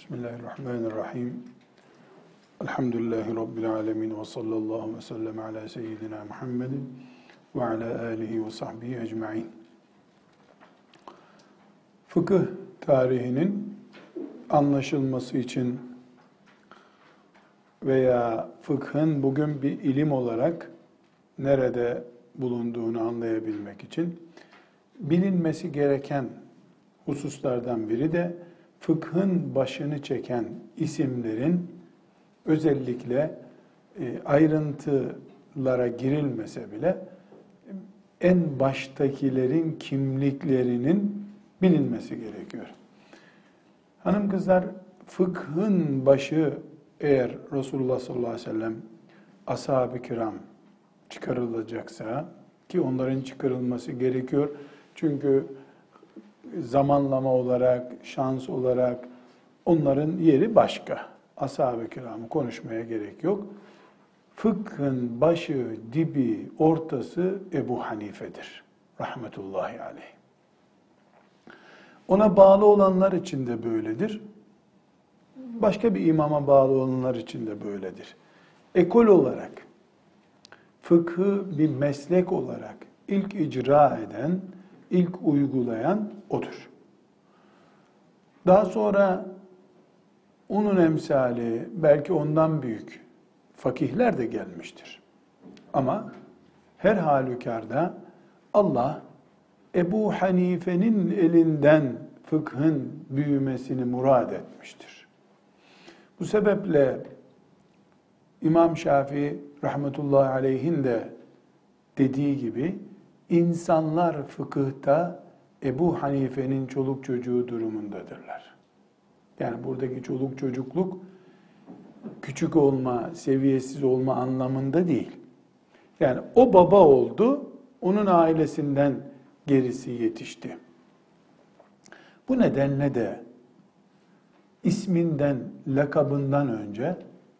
Bismillahirrahmanirrahim. Elhamdülillahi Rabbil alemin ve sallallahu ve sellem ala seyyidina Muhammedin ve ala alihi ve sahbihi ecma'in. Fıkıh tarihinin anlaşılması için veya fıkhın bugün bir ilim olarak nerede bulunduğunu anlayabilmek için bilinmesi gereken hususlardan biri de fıkhın başını çeken isimlerin özellikle ayrıntılara girilmese bile en baştakilerin kimliklerinin bilinmesi gerekiyor. Hanım kızlar, fıkhın başı eğer Resulullah sallallahu aleyhi ve sellem ashab-ı kiram çıkarılacaksa, ki onların çıkarılması gerekiyor çünkü zamanlama olarak, şans olarak onların yeri başka. Ashab-ı kiramı konuşmaya gerek yok. Fıkhın başı, dibi, ortası Ebu Hanife'dir. Rahmetullahi aleyh. Ona bağlı olanlar için de böyledir. Başka bir imama bağlı olanlar için de böyledir. Ekol olarak, fıkhı bir meslek olarak ilk icra eden, ilk uygulayan odur. Daha sonra onun emsali, belki ondan büyük fakihler de gelmiştir. Ama her halükarda Allah Ebu Hanife'nin elinden fıkhın büyümesini murad etmiştir. Bu sebeple İmam Şafii rahmetullahi aleyhin de dediği gibi insanlar fıkıhta Ebu Hanife'nin çoluk çocuğu durumundadırlar. Yani buradaki çoluk çocukluk küçük olma, seviyesiz olma anlamında değil. Yani o baba oldu, onun ailesinden gerisi yetişti. Bu nedenle de isminden, lakabından önce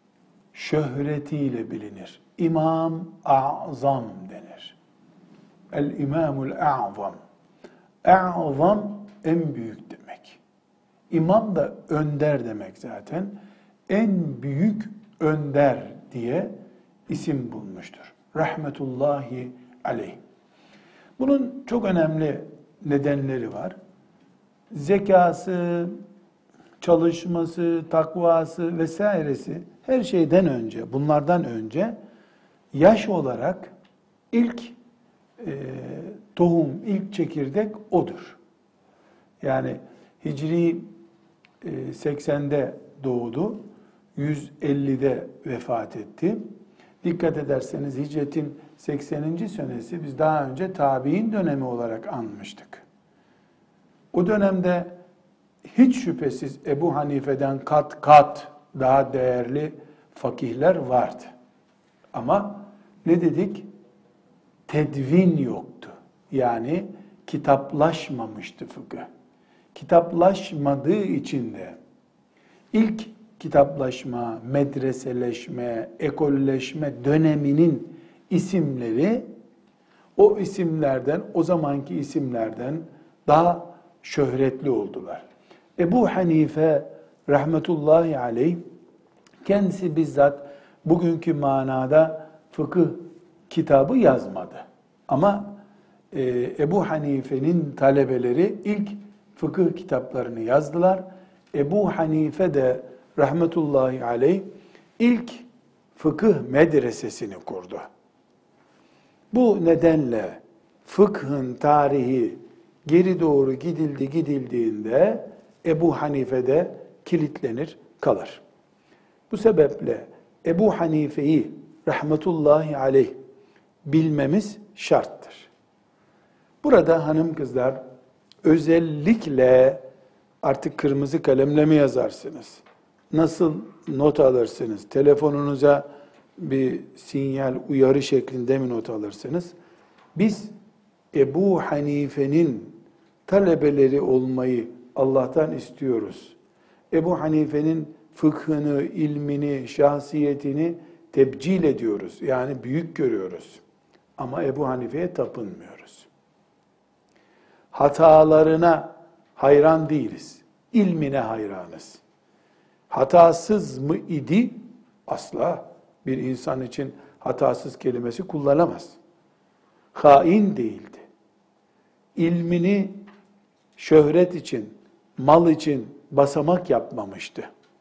şöhretiyle bilinir. İmam A'zam denir. El-İmamul A'zam. A'zam en büyük demek. İmam da önder demek zaten. En büyük önder diye isim bulmuştur. Rahmetullahi aleyh. Bunun çok önemli nedenleri var. Zekası, çalışması, takvası vesairesi her şeyden önce, bunlardan önce yaş olarak ilk tohum, ilk çekirdek odur. Yani Hicri 80'de doğdu, 150'de vefat etti. Dikkat ederseniz hicretin 80. senesi biz daha önce tabi'in dönemi olarak anmıştık. O dönemde hiç şüphesiz Ebu Hanife'den kat kat daha değerli fakihler vardı. Ama ne dedik? Tedvin yoktu. Yani kitaplaşmamıştı fıkıh. Kitaplaşmadığı için de ilk kitaplaşma, medreseleşme, ekolleşme döneminin isimleri o isimlerden, o zamanki isimlerden daha şöhretli oldular. Ebu Hanife rahmetullahi aleyh kendisi bizzat bugünkü manada fıkıh kitabı yazmadı. Ama Ebu Hanife'nin talebeleri ilk fıkıh kitaplarını yazdılar. Ebu Hanife de rahmetullahi aleyh ilk fıkıh medresesini kurdu. Bu nedenle fıkhın tarihi geri doğru gidildiğinde Ebu Hanife'de kilitlenir, kalır. Bu sebeple Ebu Hanife'yi rahmetullahi aleyh bilmemiz şarttır. Burada hanım kızlar özellikle artık kırmızı kalemle mi yazarsınız? Nasıl not alırsınız? Telefonunuza bir sinyal, uyarı şeklinde mi not alırsınız? Biz Ebu Hanife'nin talebeleri olmayı Allah'tan istiyoruz. Ebu Hanife'nin fıkhını, ilmini, şahsiyetini tebcil ediyoruz. Yani büyük görüyoruz. Ama Ebu Hanife'ye tapınmıyoruz. Hatalarına hayran değiliz. İlmine hayranız. Hatasız mı idi? Asla. Bir insan için hatasız kelimesi kullanamaz. Hain değildi. İlmini şöhret için, mal için basamak yapmamıştı.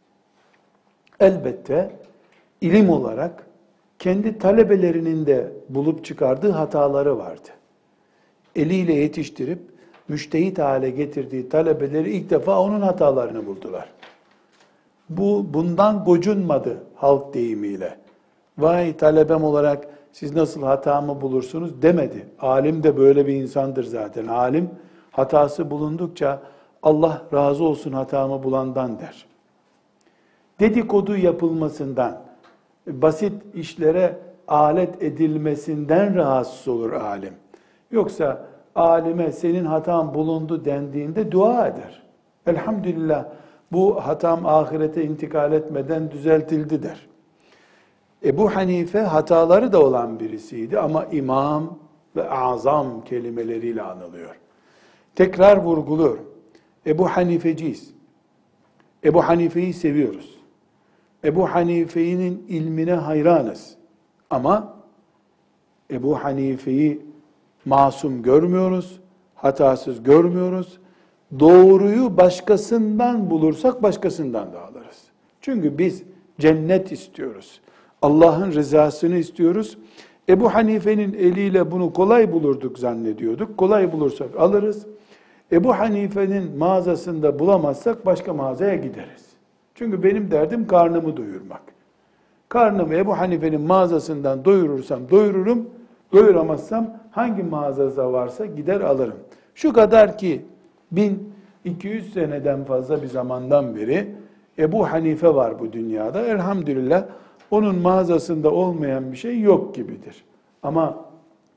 Elbette ilim olarak kendi talebelerinin de bulup çıkardığı hataları vardı. Eliyle yetiştirip müştehit hale getirdiği talebeleri ilk defa onun hatalarını buldular. Bundan gocunmadı halk deyimiyle. Vay talebem olarak siz nasıl hatamı bulursunuz demedi. Alim de böyle bir insandır zaten. Alim hatası bulundukça Allah razı olsun hatamı bulandan der. Dedikodu yapılmasından, basit işlere alet edilmesinden rahatsız olur alim. Yoksa alime senin hatan bulundu dendiğinde dua eder. Elhamdülillah bu hatam ahirete intikal etmeden düzeltildi der. Ebu Hanife hataları da olan birisiydi ama imam ve azam kelimeleriyle anılıyor. Tekrar vurguluyorum. Ebu Hanifeciyiz. Ebu Hanife'yi seviyoruz. Ebu Hanife'nin ilmine hayranız. Ama Ebu Hanife'yi masum görmüyoruz, hatasız görmüyoruz. Doğruyu başkasından bulursak başkasından da alırız. Çünkü biz cennet istiyoruz. Allah'ın rızasını istiyoruz. Ebu Hanife'nin eliyle bunu kolay bulurduk zannediyorduk. Kolay bulursak alırız. Ebu Hanife'nin mağazasında bulamazsak başka mağazaya gideriz. Çünkü benim derdim karnımı doyurmak. Karnımı Ebu Hanife'nin mağazasından doyurursam doyururum. Doyuramazsam hangi mağazada varsa gider alırım. Şu kadar ki 1200 seneden fazla bir zamandan beri Ebu Hanife var bu dünyada. Elhamdülillah onun mağazasında olmayan bir şey yok gibidir. Ama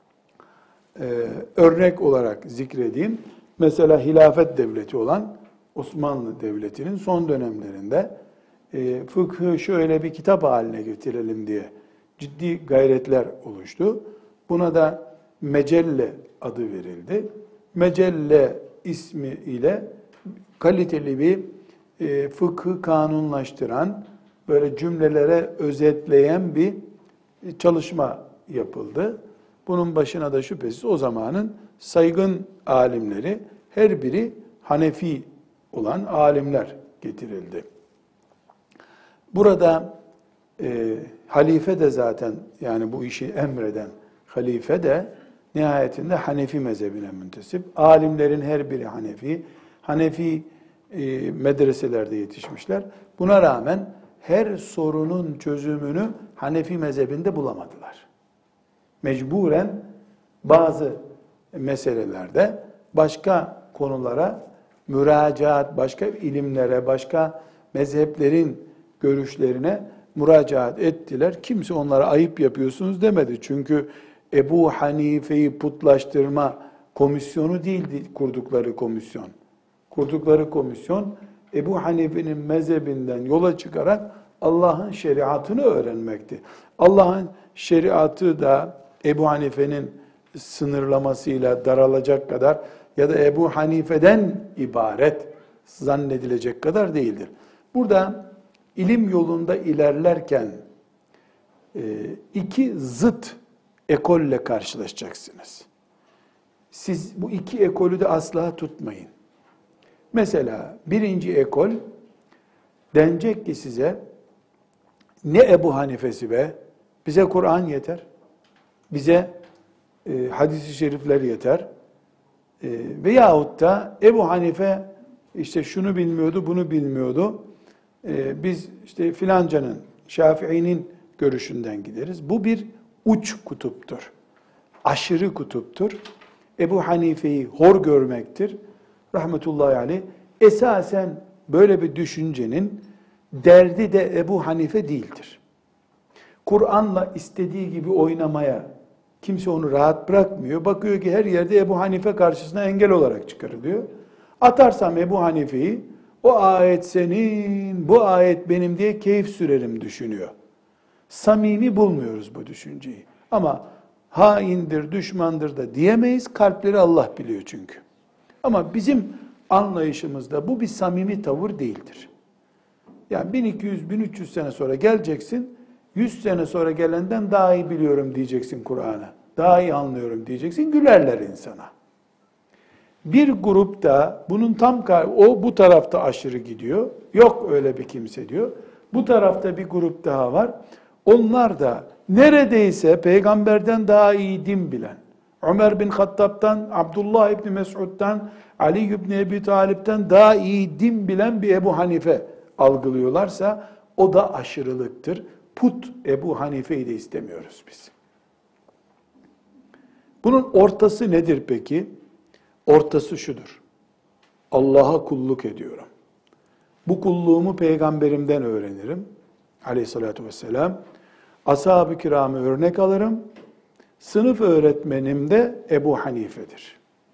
örnek olarak zikredeyim. Mesela hilafet devleti olan Osmanlı Devleti'nin son dönemlerinde fıkhı şöyle bir kitap haline getirelim diye ciddi gayretler oluştu. Buna da Mecelle adı verildi. Mecelle ismi ile kaliteli bir fıkhı kanunlaştıran, böyle cümlelere özetleyen bir çalışma yapıldı. Bunun başına da şüphesiz o zamanın saygın alimleri, her biri Hanefi olan alimler getirildi. Burada halife de zaten, yani bu işi emreden halife de nihayetinde Hanefi mezhebine müntesip. Alimlerin her biri Hanefi. Hanefi medreselerde yetişmişler. Buna rağmen her sorunun çözümünü Hanefi mezhebinde bulamadılar. Mecburen bazı meselelerde başka konulara müracaat, başka ilimlere, başka mezheplerin görüşlerine müracaat ettiler. Kimse onlara ayıp yapıyorsunuz demedi. Çünkü Ebu Hanife'yi putlaştırma komisyonu değildi kurdukları komisyon. Kurdukları komisyon Ebu Hanife'nin mezhebinden yola çıkarak Allah'ın şeriatını öğrenmekti. Allah'ın şeriatı da Ebu Hanife'nin sınırlamasıyla daralacak kadar ya da Ebu Hanife'den ibaret zannedilecek kadar değildir. Burada ilim yolunda ilerlerken iki zıt ekolle karşılaşacaksınız. Siz bu iki ekolü de asla tutmayın. Mesela birinci ekol denecek ki size, ne Ebu Hanife'si be, bize Kur'an yeter, bize hadis-i şerifler yeter, veyahut da Ebu Hanife işte şunu bilmiyordu, bunu bilmiyordu, biz işte filancanın, Şafii'nin görüşünden gideriz. Bu bir uç kutuptur, aşırı kutuptur. Ebu Hanife'yi hor görmektir. Rahmetullahi aleyh. Esasen böyle bir düşüncenin derdi de Ebu Hanife değildir. Kur'an'la istediği gibi oynamaya kimse onu rahat bırakmıyor. Bakıyor ki her yerde Ebu Hanife karşısına engel olarak çıkarılıyor. Atarsam Ebu Hanife'yi, o ayet senin, bu ayet benim diye keyif sürerim düşünüyor. Samimi bulmuyoruz bu düşünceyi. Ama haindir, düşmandır da diyemeyiz. Kalpleri Allah biliyor çünkü. Ama bizim anlayışımızda bu bir samimi tavır değildir. Yani 1200-1300 sene sonra geleceksin, 100 sene sonra gelenden daha iyi biliyorum diyeceksin Kur'an'ı. Daha iyi anlıyorum diyeceksin, gülerler insana. Bir grupta bunun o bu tarafta aşırı gidiyor. Yok öyle bir kimse diyor. Bu tarafta bir grup daha var. Onlar da neredeyse peygamberden daha iyi din bilen, Ömer bin Hattab'tan, Abdullah İbni Mesud'dan, Ali İbni Ebi Talip'ten daha iyi din bilen bir Ebu Hanife algılıyorlarsa o da aşırılıktır. Put Ebu Hanife'yi de istemiyoruz biz. Bunun ortası nedir peki? Ortası şudur. Allah'a kulluk ediyorum. Bu kulluğumu peygamberimden öğrenirim. Aleyhissalatü vesselam. Ashab-ı kiramı örnek alırım. Sınıf öğretmenim de Ebu Hanife'dir.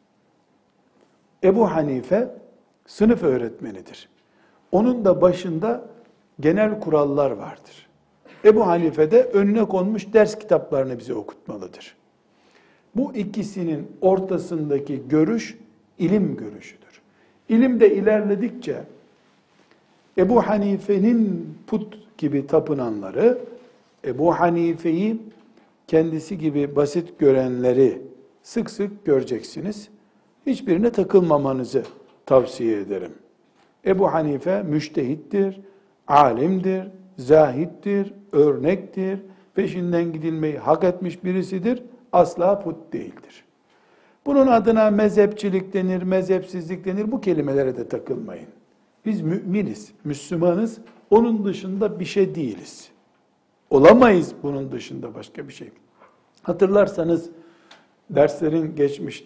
Ebu Hanife sınıf öğretmenidir. Onun da başında genel kurallar vardır. Ebu Hanife de önüne konmuş ders kitaplarını bize okutmalıdır. Bu ikisinin ortasındaki görüş ilim görüşüdür. İlim de ilerledikçe Ebu Hanife'nin put gibi tapınanları, Ebu Hanife'yi kendisi gibi basit görenleri sık sık göreceksiniz. Hiçbirine takılmamanızı tavsiye ederim. Ebu Hanife müştehittir, alimdir, zahittir, örnektir, peşinden gidilmeyi hak etmiş birisidir, asla put değildir. Bunun adına mezhepçilik denir, mezhepsizlik denir, bu kelimelere de takılmayın. Biz müminiz, Müslümanız, onun dışında bir şey değiliz. Olamayız bunun dışında başka bir şey. Hatırlarsanız derslerin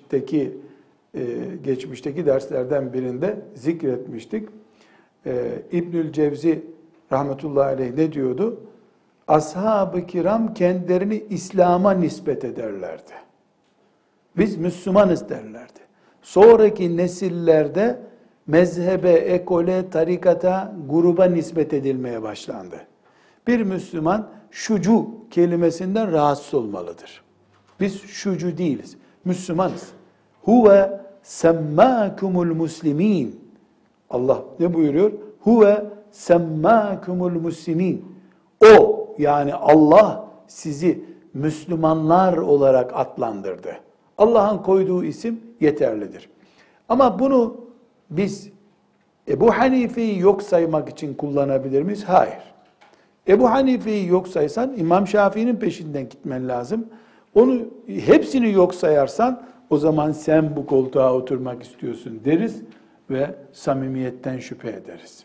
geçmişteki derslerden birinde zikretmiştik. İbnül Cevzi rahmetullahi aleyh ne diyordu? Ashab-ı kiram kendilerini İslam'a nispet ederlerdi. Biz Müslümanız derlerdi. Sonraki nesillerde mezhebe, ekole, tarikata, gruba nispet edilmeye başlandı. Bir Müslüman şucu kelimesinden rahatsız olmalıdır. Biz şucu değiliz, Müslümanız. Huve semmâkumul muslimin. Allah ne buyuruyor? Huve semmâkumul muslimin. O yani Allah sizi Müslümanlar olarak adlandırdı. Allah'ın koyduğu isim yeterlidir. Ama bunu biz Ebu Hanife'yi yok saymak için kullanabilir miyiz? Hayır. Ebu Hanife'yi yok saysan İmam Şafii'nin peşinden gitmen lazım. Onu hepsini yok sayarsan o zaman sen bu koltuğa oturmak istiyorsun deriz ve samimiyetten şüphe ederiz.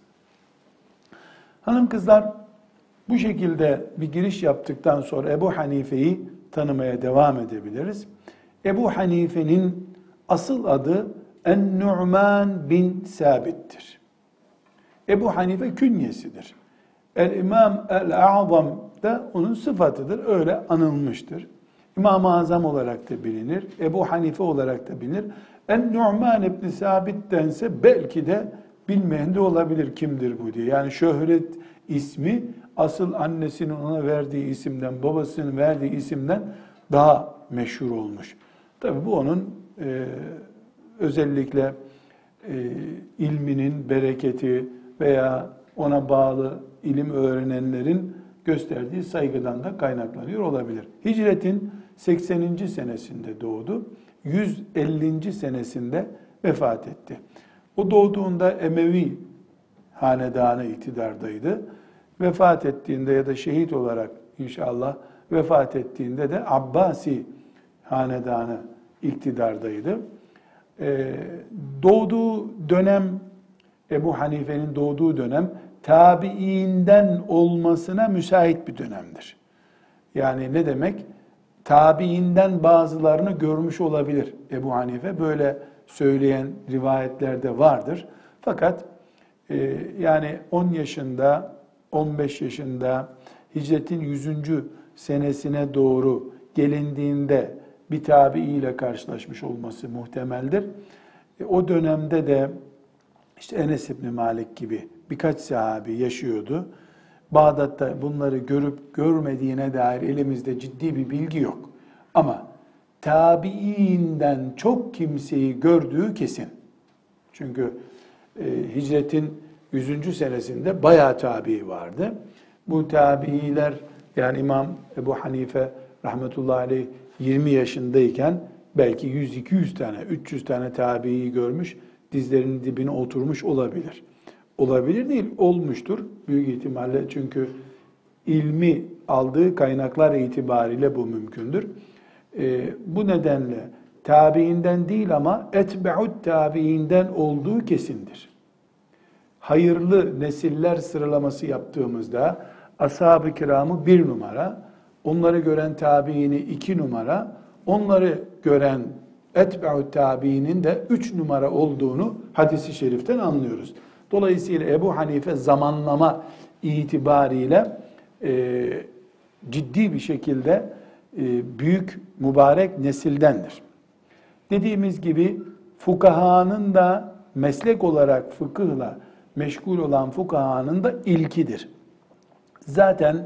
Hanım kızlar, bu şekilde bir giriş yaptıktan sonra Ebu Hanife'yi tanımaya devam edebiliriz. Ebu Hanife'nin asıl adı En-Nu'man bin Sabit'tir. Ebu Hanife künyesidir. El-İmam el-A'zam da onun sıfatıdır. Öyle anılmıştır. İmam-ı Azam olarak da bilinir. Ebu Hanife olarak da bilinir. En-Nu'man ibn Sabit dense belki de bilmeyen de olabilir kimdir bu diye. Yani şöhret ismi asıl annesinin ona verdiği isimden, babasının verdiği isimden daha meşhur olmuş. Tabi bu onun özellikle ilminin bereketi veya ona bağlı ilim öğrenenlerin gösterdiği saygıdan da kaynaklanıyor olabilir. Hicretin 80. senesinde doğdu. 150. senesinde vefat etti. O doğduğunda Emevi hanedanı iktidardaydı. Vefat ettiğinde ya da şehit olarak inşallah vefat ettiğinde de Abbasi hanedanı iktidardaydı. Doğduğu dönem, Ebu Hanife'nin doğduğu dönem tabiinden olmasına müsait bir dönemdir. Yani ne demek? Tabiinden bazılarını görmüş olabilir Ebu Hanife. Böyle söyleyen rivayetlerde vardır. Fakat yani 10 yaşında, 15 yaşında hicretin 100. senesine doğru gelindiğinde bir tabii ile karşılaşmış olması muhtemeldir. O dönemde de işte Enes İbni Malik gibi birkaç sahabi yaşıyordu. Bağdat'ta bunları görüp görmediğine dair elimizde ciddi bir bilgi yok. Ama tabiinden çok kimseyi gördüğü kesin. Çünkü hicretin 100. senesinde bayağı tabi vardı. Bu tabiiler, yani İmam Ebu Hanife rahmetullahi aleyh 20 yaşındayken belki 100-200 tane, 300 tane tabiiyi görmüş, dizlerinin dibine oturmuş olabilir. Olabilir değil, olmuştur büyük ihtimalle, çünkü ilmi aldığı kaynaklar itibariyle bu mümkündür. Bu nedenle tabiinden değil ama etbe'ut tabiinden olduğu kesindir. Hayırlı nesiller sıralaması yaptığımızda ashab-ı kiramı 1 numara, onları gören tabiini 2 numara, onları gören etbe'ut tabiinin de 3 numara olduğunu hadis-i şeriften anlıyoruz. Dolayısıyla Ebu Hanife zamanlama itibariyle ciddi bir şekilde büyük mübarek nesildendir. Dediğimiz gibi fukahanın da meslek olarak fıkıhla meşgul olan fukahanın da ilkidir. Zaten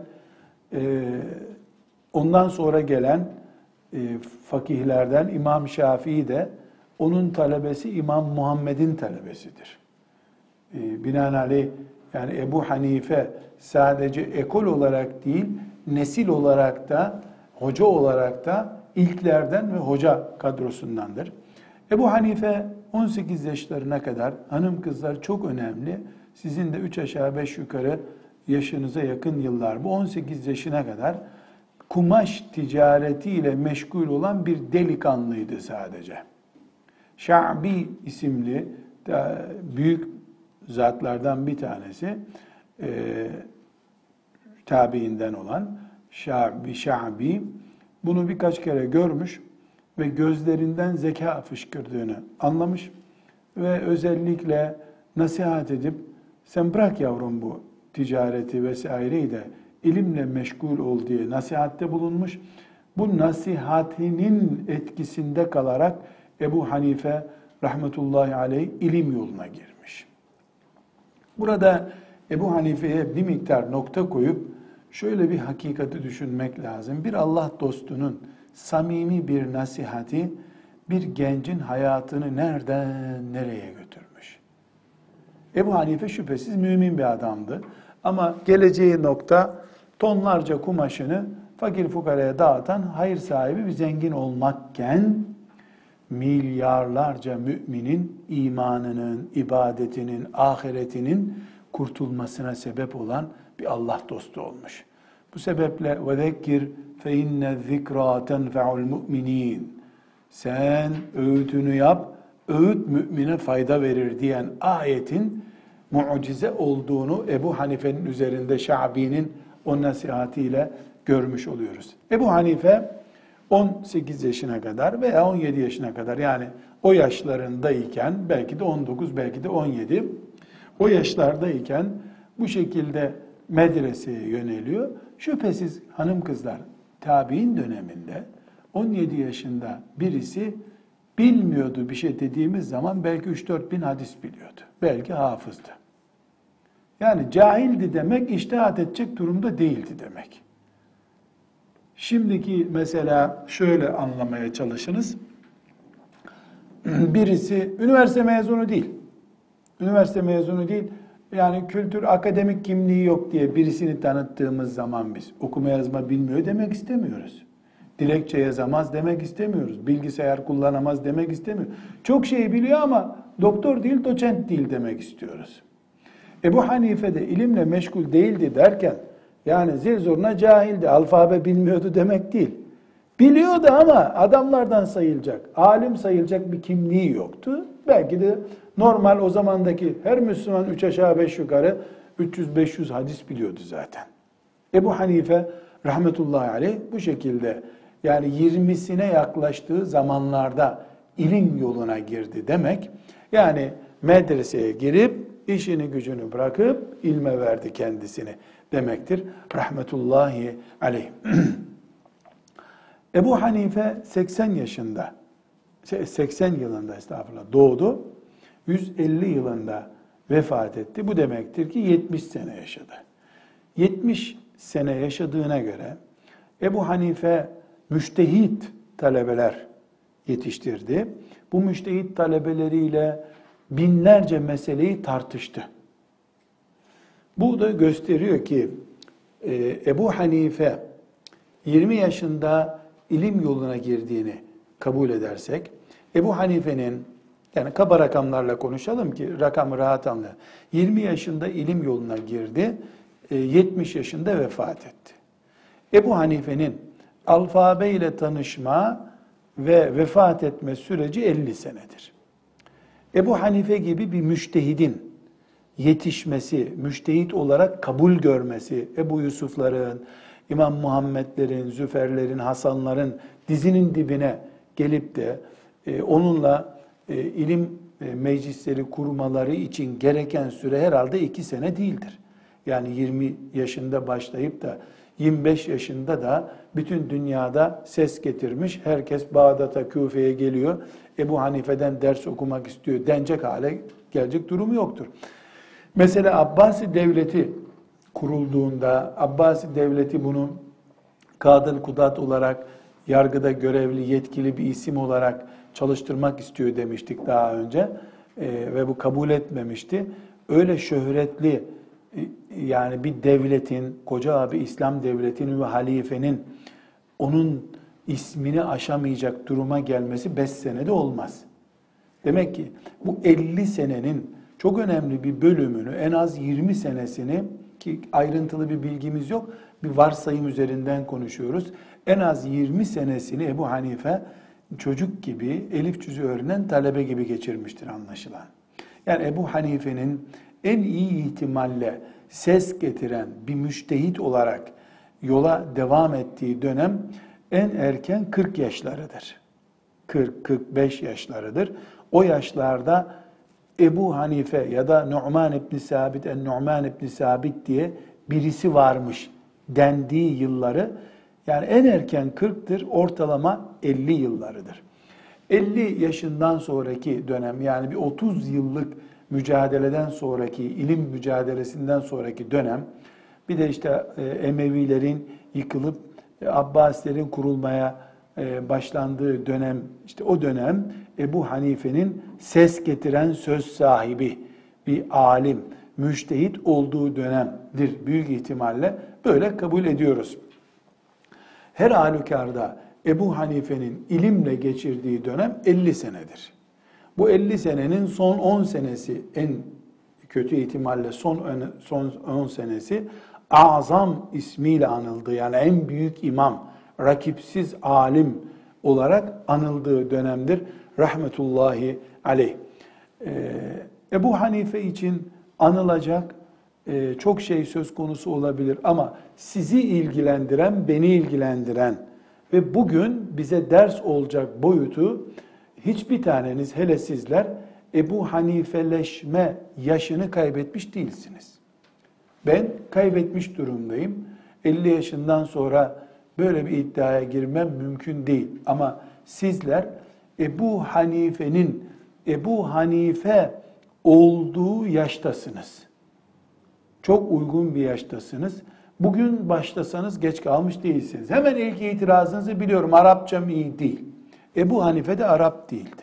ondan sonra gelen fakihlerden İmam Şafii de onun talebesi İmam Muhammed'in talebesidir. Binaenaleyh yani Ebu Hanife sadece ekol olarak değil, nesil olarak da, hoca olarak da ilklerden ve hoca kadrosundandır. Ebu Hanife 18 yaşlarına kadar, hanım kızlar çok önemli, sizin de 3 aşağı 5 yukarı yaşınıza yakın yıllar, bu 18 yaşına kadar kumaş ticaretiyle meşgul olan bir delikanlıydı sadece. Şa'bi isimli büyük zatlardan bir tanesi, tabiinden olan Şa'bi bunu birkaç kere görmüş ve gözlerinden zeka fışkırdığını anlamış ve özellikle nasihat edip sen bırak yavrum bu ticareti vesaireyi de ilimle meşgul ol diye nasihatte bulunmuş. Bu nasihatinin etkisinde kalarak Ebu Hanife rahmetullahi aleyh ilim yoluna girmiş. Burada Ebu Hanife'ye bir miktar nokta koyup şöyle bir hakikati düşünmek lazım. Bir Allah dostunun samimi bir nasihati bir gencin hayatını nereden nereye götürmüş. Ebu Hanife şüphesiz mümin bir adamdı. Ama geleceği nokta tonlarca kumaşını fakir fukaraya dağıtan hayır sahibi bir zengin olmakken milyarlarca müminin imanının, ibadetinin, ahiretinin kurtulmasına sebep olan bir Allah dostu olmuş. Bu sebeple وَذَكِّرْ فَاِنَّ الذِّكْرَى تَنْفَعُ الْمُؤْمِنِينَ Sen öğütünü yap, öğüt mümine fayda verir diyen ayetin mucize olduğunu Ebu Hanife'nin üzerinde Şa'bi'nin o nasihatiyle görmüş oluyoruz. Ebu Hanife 18 yaşına kadar veya 17 yaşına kadar, yani o yaşlarındayken, belki de 19, belki de 17, o yaşlardayken bu şekilde medreseye yöneliyor. Şüphesiz hanım kızlar, tabi'in döneminde 17 yaşında birisi bilmiyordu bir şey dediğimiz zaman belki 3-4 bin hadis biliyordu. Belki hafızdı. Yani cahildi demek, içtihat edecek durumda değildi demek. Şimdiki mesela şöyle anlamaya çalışınız. Birisi üniversite mezunu değil. Üniversite mezunu değil. Yani kültür, akademik kimliği yok diye birisini tanıttığımız zaman biz okuma yazma bilmiyor demek istemiyoruz. Dilekçe yazamaz demek istemiyoruz. Bilgisayar kullanamaz demek istemiyoruz. Çok şey biliyor ama doktor değil, doçent değil demek istiyoruz. Ebu Hanife de ilimle meşgul değildi derken, yani zil zurna cahildi, alfabe bilmiyordu demek değil. Biliyordu ama adamlardan sayılacak, alim sayılacak bir kimliği yoktu. Belki de normal o zamandaki her Müslüman 3 aşağı 5 yukarı 300-500 hadis biliyordu zaten. Ebu Hanife rahmetullahi aleyh bu şekilde, yani 20'sine yaklaştığı zamanlarda ilim yoluna girdi demek. Yani medreseye girip işini gücünü bırakıp ilme verdi kendisini demektir. Rahmetullahi aleyh. Ebu Hanife 80 yaşında, 80 yılında estağfurullah doğdu. 150 yılında vefat etti. Bu demektir ki 70 sene yaşadı. 70 sene yaşadığına göre Ebu Hanife müştehit talebeler yetiştirdi. Bu müştehit talebeleriyle binlerce meseleyi tartıştı. Bu da gösteriyor ki Ebu Hanife 20 yaşında ilim yoluna girdiğini kabul edersek, Ebu Hanife'nin, yani kaba rakamlarla konuşalım ki rakamı rahat anlayalım. 20 yaşında ilim yoluna girdi, 70 yaşında vefat etti. Ebu Hanife'nin alfabe ile tanışma ve vefat etme süreci 50 senedir. Ebu Hanife gibi bir müştehidin yetişmesi, müştehit olarak kabul görmesi, Ebu Yusuf'ların, İmam Muhammed'lerin, Züfer'lerin, Hasan'ların dizinin dibine gelip de onunla ilim meclisleri kurmaları için gereken süre herhalde 2 sene değildir. Yani 20 yaşında başlayıp da 25 yaşında da bütün dünyada ses getirmiş, herkes Bağdat'a, Küfe'ye geliyor, Ebu Hanife'den ders okumak istiyor denecek hale gelecek durumu yoktur. Mesela Abbasi Devleti kurulduğunda, Abbasi Devleti bunu Kadıl Kudat olarak, yargıda görevli, yetkili bir isim olarak çalıştırmak istiyor demiştik daha önce ve bu kabul etmemişti. Öyle şöhretli, yani bir devletin, koca abi İslam devletinin ve halifenin onun ismini aşamayacak duruma gelmesi 5 senede olmaz. Demek ki bu 50 senenin çok önemli bir bölümünü, en az 20 senesini, ki ayrıntılı bir bilgimiz yok, bir varsayım üzerinden konuşuyoruz. En az 20 senesini Ebu Hanife çocuk gibi, elif cüzü öğrenen talebe gibi geçirmiştir anlaşılan. Yani Ebu Hanife'nin en iyi ihtimalle ses getiren bir müştehit olarak yola devam ettiği dönem en erken 40 yaşlarıdır. 40-45 yaşlarıdır. O yaşlarda Ebu Hanife ya da Nu'man İbn Sabit, Nu'man İbn Sabit diye birisi varmış dendiği yılları, yani en erken 40'tır, ortalama 50 yıllarıdır. 50 yaşından sonraki dönem, yani bir 30 yıllık mücadeleden sonraki, ilim mücadelesinden sonraki dönem, bir de işte Emevilerin yıkılıp Abbasilerin kurulmaya başlandığı dönem, işte o dönem Ebu Hanife'nin ses getiren söz sahibi bir alim, müştehit olduğu dönemdir büyük ihtimalle, böyle kabul ediyoruz. Her halükarda Ebu Hanife'nin ilimle geçirdiği dönem 50 senedir. Bu 50 senenin son 10 senesi, en kötü ihtimalle son 10 senesi Azam ismiyle anıldı. Yani en büyük imam, rakipsiz alim olarak anıldığı dönemdir. Rahmetullahi aleyh. Ebu Hanife için anılacak çok şey söz konusu olabilir ama sizi ilgilendiren, beni ilgilendiren ve bugün bize ders olacak boyutu, hiçbir taneniz, hele sizler, Ebu Hanifeleşme yaşını kaybetmiş değilsiniz. Ben kaybetmiş durumdayım. 50 yaşından sonra böyle bir iddiaya girmem mümkün değil. Ama sizler Ebu Hanife'nin Ebu Hanife olduğu yaştasınız. Çok uygun bir yaştasınız. Bugün başlasanız geç kalmış değilsiniz. Hemen ilk itirazınızı biliyorum, Arapçam iyi değil. Ebu Hanife de Arap değildi.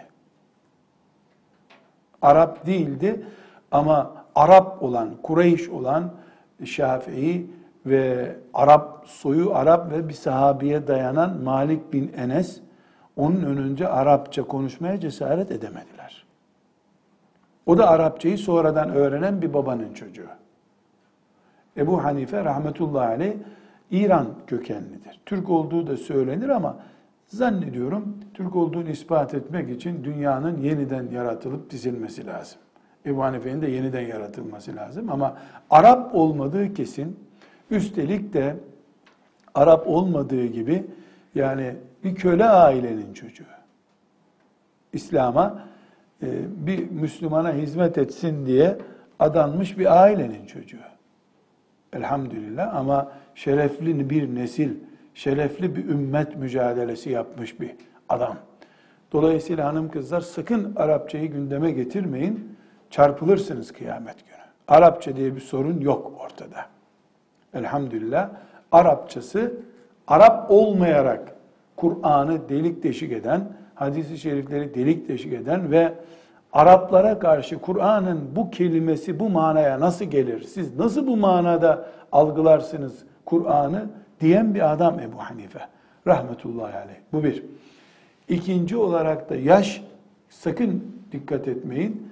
Arap değildi ama Arap olan, Kureyş olan Şafii ve Arap, soyu Arap ve bir sahabiye dayanan Malik bin Enes, onun önünde Arapça konuşmaya cesaret edemediler. O da Arapçayı sonradan öğrenen bir babanın çocuğu. Ebu Hanife rahmetullahi aleyh İran kökenlidir. Türk olduğu da söylenir ama zannediyorum Türk olduğunu ispat etmek için dünyanın yeniden yaratılıp dizilmesi lazım. Ebu Hanife'nin de yeniden yaratılması lazım ama Arap olmadığı kesin. Üstelik de Arap olmadığı gibi yani bir köle ailenin çocuğu. İslam'a bir Müslümana hizmet etsin diye adanmış bir ailenin çocuğu. Elhamdülillah, ama şerefli bir nesil, şerefli bir ümmet mücadelesi yapmış bir adam. Dolayısıyla hanım kızlar sakın Arapçayı gündeme getirmeyin, çarpılırsınız kıyamet günü. Arapça diye bir sorun yok ortada. Elhamdülillah, Arapçası Arap olmayarak Kur'an'ı delik deşik eden, hadis-i şerifleri delik deşik eden ve Araplara karşı Kur'an'ın bu kelimesi bu manaya nasıl gelir? Siz nasıl bu manada algılarsınız Kur'an'ı diyen bir adam Ebu Hanife rahmetullahi aleyh. Bu bir. İkinci olarak da yaş, sakın dikkat etmeyin.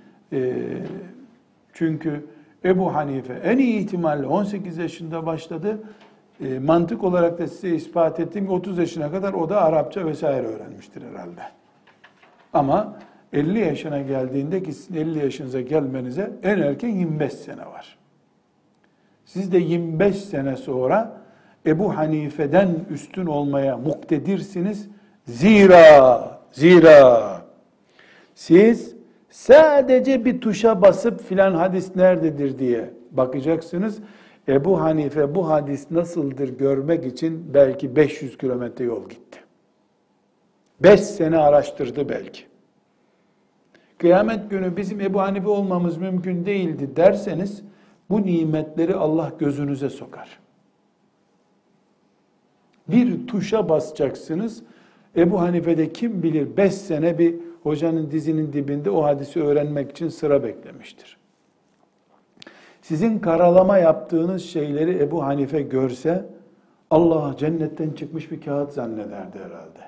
Çünkü Ebu Hanife en iyi ihtimalle 18 yaşında başladı. Mantık olarak da size ispat ettiğim 30 yaşına kadar o da Arapça vesaire öğrenmiştir herhalde. Ama 50 yaşına geldiğinde ki sizin 50 yaşınıza gelmenize en erken 25 sene var. Siz de 25 sene sonra Ebu Hanife'den üstün olmaya muktedirsiniz. Zira siz sadece bir tuşa basıp filan hadis nerededir diye bakacaksınız. Ebu Hanife bu hadis nasıldır görmek için belki 500 kilometre yol gitti. 5 sene araştırdı belki. Kıyamet günü bizim Ebu Hanife olmamız mümkün değildi derseniz bu nimetleri Allah gözünüze sokar. Bir tuşa basacaksınız. Ebu Hanife'de kim bilir 5 sene bir hocanın dizinin dibinde o hadisi öğrenmek için sıra beklemiştir. Sizin karalama yaptığınız şeyleri Ebu Hanife görse Allah cennetten çıkmış bir kağıt zannederdi herhalde.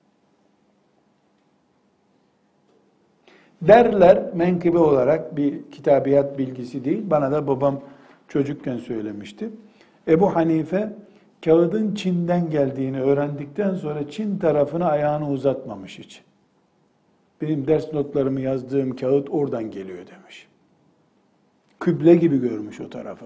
Derler menkıbe olarak bir kitabiyat bilgisi değil. Bana da babam çocukken söylemişti. Ebu Hanife kağıdın Çin'den geldiğini öğrendikten sonra Çin tarafına ayağını uzatmamış hiç. Benim ders notlarımı yazdığım kağıt oradan geliyor demiş. Kıble gibi görmüş o tarafı.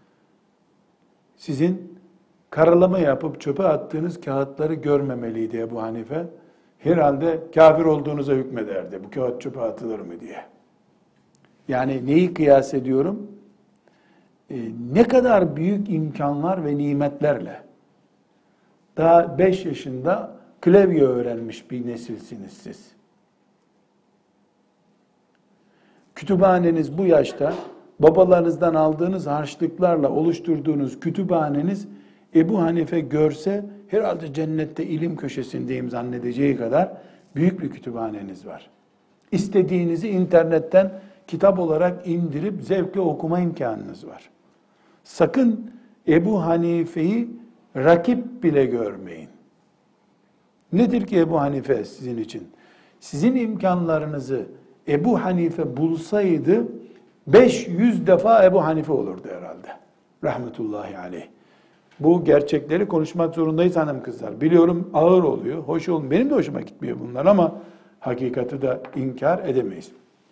Sizin karalama yapıp çöpe attığınız kağıtları görmemeliydi Ebu Hanife. Herhalde kafir olduğunuza hükmederdi. Bu kağıt çöpe atılır mı diye. Yani neyi kıyas ediyorum? Ne kadar büyük imkanlar ve nimetlerle daha 5 yaşında klavye öğrenmiş bir nesilsiniz siz. Kütüphaneniz bu yaşta babalarınızdan aldığınız harçlıklarla oluşturduğunuz kütüphaneniz Ebu Hanife görse herhalde cennette ilim köşesindeyim zannedeceği kadar büyük bir kütüphaneniz var. İstediğinizi internetten kitap olarak indirip zevkle okuma imkanınız var. Sakın Ebu Hanife'yi rakip bile görmeyin. Nedir ki Ebu Hanife sizin için? Sizin imkanlarınızı Ebu Hanife bulsaydı 500 defa Ebu Hanife olurdu herhalde. Rahmetullahi aleyh. Bu gerçekleri konuşmak zorundayız hanım kızlar. Biliyorum ağır oluyor, hoş olmuyor. Benim de hoşuma gitmiyor bunlar ama hakikati de inkar edemeyiz.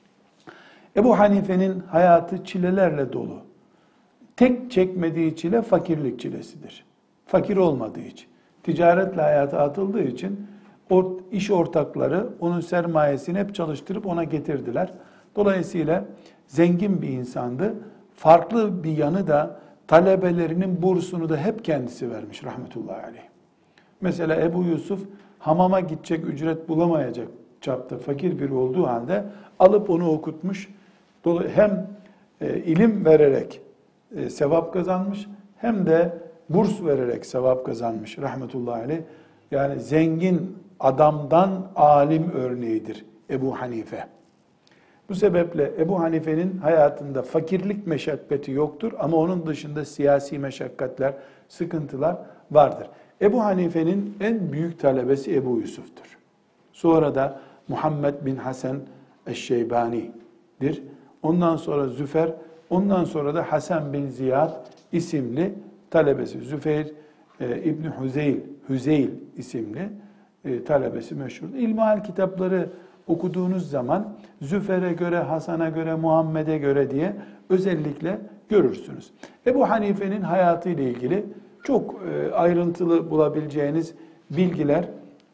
Ebu Hanife'nin hayatı çilelerle dolu. Tek çekmediği çile fakirlik çilesidir. Fakir olmadığı için. Ticaretle hayata atıldığı için iş ortakları onun sermayesini hep çalıştırıp ona getirdiler. Dolayısıyla zengin bir insandı. Farklı bir yanı da talebelerinin bursunu da hep kendisi vermiş rahmetullahi aleyh. Mesela Ebu Yusuf hamama gidecek ücret bulamayacak çapta fakir biri olduğu halde alıp onu okutmuş. Hem ilim vererek sevap kazanmış hem de burs vererek sevap kazanmış rahmetullahi aleyh. Yani zengin adamdan alim örneğidir Ebu Hanife. Bu sebeple Ebu Hanife'nin hayatında fakirlik meşakkati yoktur ama onun dışında siyasi meşakkatler, sıkıntılar vardır. Ebu Hanife'nin en büyük talebesi Ebu Yusuf'tur. Sonra da Muhammed bin Hasan Eşşeybani'dir. Ondan sonra Züfer, ondan sonra da Hasan bin Ziyad isimli talebesi. Züfeyr İbni Hüzeyl isimli talebesi meşhur. İlmihal kitapları okuduğunuz zaman Züfer'e göre, Hasan'a göre, Muhammed'e göre diye özellikle görürsünüz. Ebu Hanife'nin hayatı ile ilgili çok ayrıntılı bulabileceğiniz bilgiler